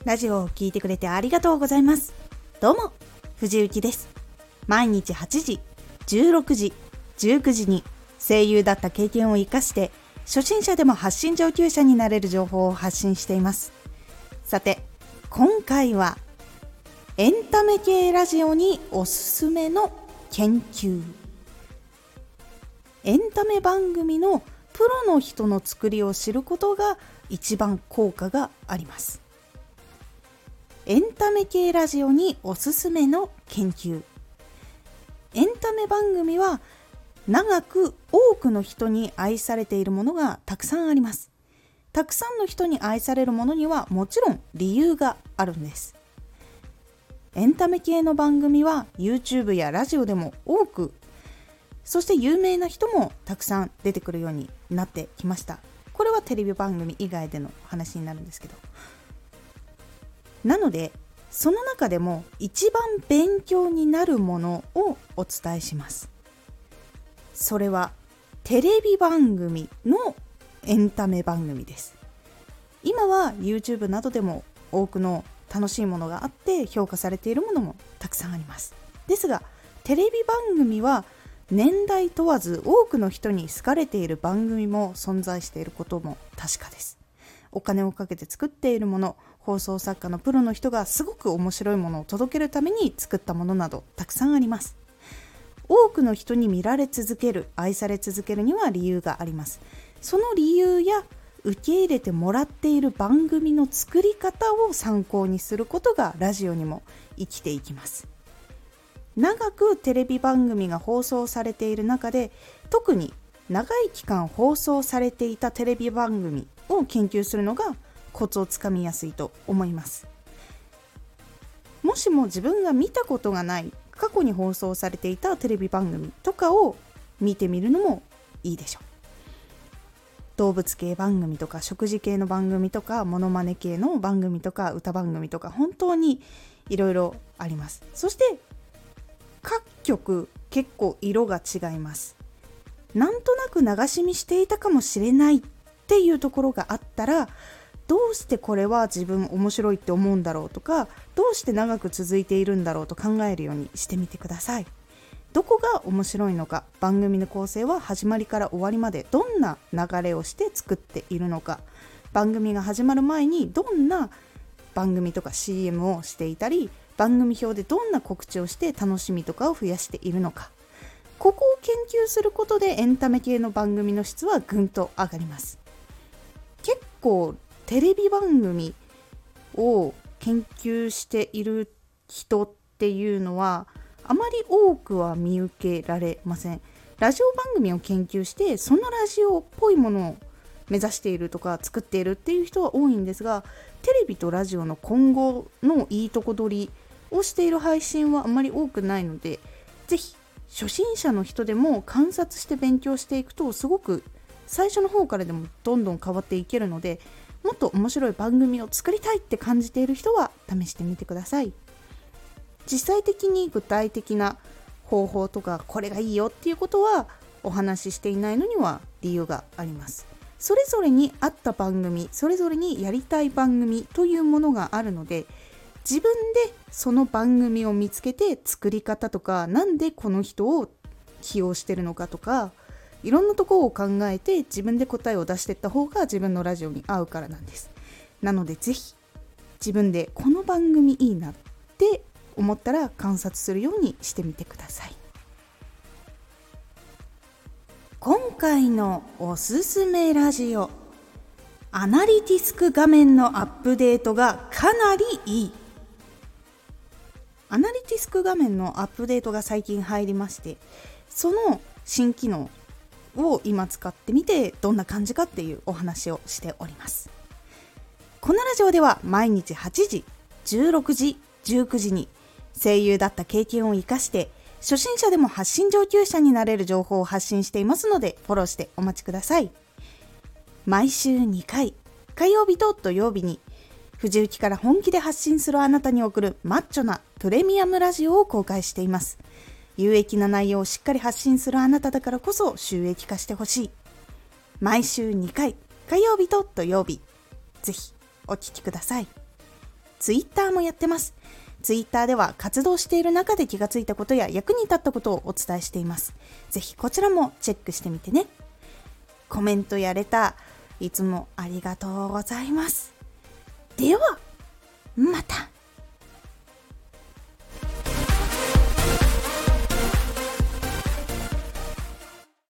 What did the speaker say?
ラジオを聞いてくれてありがとうございます。どうも、藤幸です。毎日8時、16時、19時に声優だった経験を生かして初心者でも発信上級者になれる情報を発信しています。さて、今回はエンタメ系ラジオにおすすめの研究。エンタメ番組のプロの人の作りを知ることが一番効果があります。エンタメ系ラジオにおすすめの研究。エンタメ番組は長く多くの人に愛されているものがたくさんあります。たくさんの人に愛されるものにはもちろん理由があるんです。エンタメ系の番組は YouTube やラジオでも多く、そして有名な人もたくさん出てくるようになってきました。これはテレビ番組以外での話になるんですけど、なのでその中でも一番勉強になるものをお伝えします。それはテレビ番組のエンタメ番組です。今は YouTube などでも多くの楽しいものがあって評価されているものもたくさんあります。ですがテレビ番組は年代問わず多くの人に好かれている番組も存在していることも確かです。お金をかけて作っているもの、放送作家のプロの人がすごく面白いものを届けるために作ったものなどたくさんあります。多くの人に見られ続ける、愛され続けるには理由があります。その理由や受け入れてもらっている番組の作り方を参考にすることがラジオにも生きていきます。長くテレビ番組が放送されている中で、特に長い期間放送されていたテレビ番組を研究するのがコツをつかみやすいと思います。もしも自分が見たことがない過去に放送されていたテレビ番組とかを見てみるのもいいでしょう。動物系番組とか食事系の番組とかモノマネ系の番組とか歌番組とか本当にいろいろあります。そして各局結構色が違います。なんとなく流し見していたかもしれないっていうところがあったら、どうしてこれは自分面白いって思うんだろうとか、どうして長く続いているんだろうと考えるようにしてみてください。どこが面白いのか、番組の構成は始まりから終わりまでどんな流れをして作っているのか、番組が始まる前にどんな番組とか CM をしていたり、番組表でどんな告知をして楽しみとかを増やしているのか、ここを研究することでエンタメ系の番組の質はぐんと上がります。結構テレビ番組を研究している人っていうのはあまり多くは見受けられません。ラジオ番組を研究してそのラジオっぽいものを目指しているとか作っているっていう人は多いんですが、テレビとラジオの今後のいいとこ取りをしている配信はあまり多くないので、ぜひ初心者の人でも観察して勉強していくとすごく最初の方からでもどんどん変わっていけるので、もっと面白い番組を作りたいって感じている人は試してみてください。実際的に具体的な方法とかこれがいいよっていうことはお話ししていないのには理由があります。それぞれに合った番組、それぞれにやりたい番組というものがあるので、自分でその番組を見つけて作り方とか、なんでこの人を起用してるのかとか、いろんなところを考えて自分で答えを出していった方が自分のラジオに合うからなんです。なのでぜひ自分でこの番組いいなって思ったら観察するようにしてみてください。今回のおすすめラジオ、アナリティスク画面のアップデートがかなりいい。アナリティスク画面のアップデートが最近入りまして、その新機能を今使ってみてどんな感じかっていうお話をしております。このラジオでは毎日8時、16時、19時に声優だった経験を生かして初心者でも発信上級者になれる情報を発信していますので、フォローしてお待ちください。毎週2回、火曜日と土曜日に藤雪から本気で発信するあなたに送るマッチョなプレミアムラジオを公開しています。有益な内容をしっかり発信するあなただからこそ収益化してほしい。毎週2回、火曜日と土曜日、ぜひお聞きください。 ツイッターもやってます。ツイッターでは活動している中で気がついたことや役に立ったことをお伝えしています。ぜひこちらもチェックしてみてね。コメントやレターいつもありがとうございます。ではまた。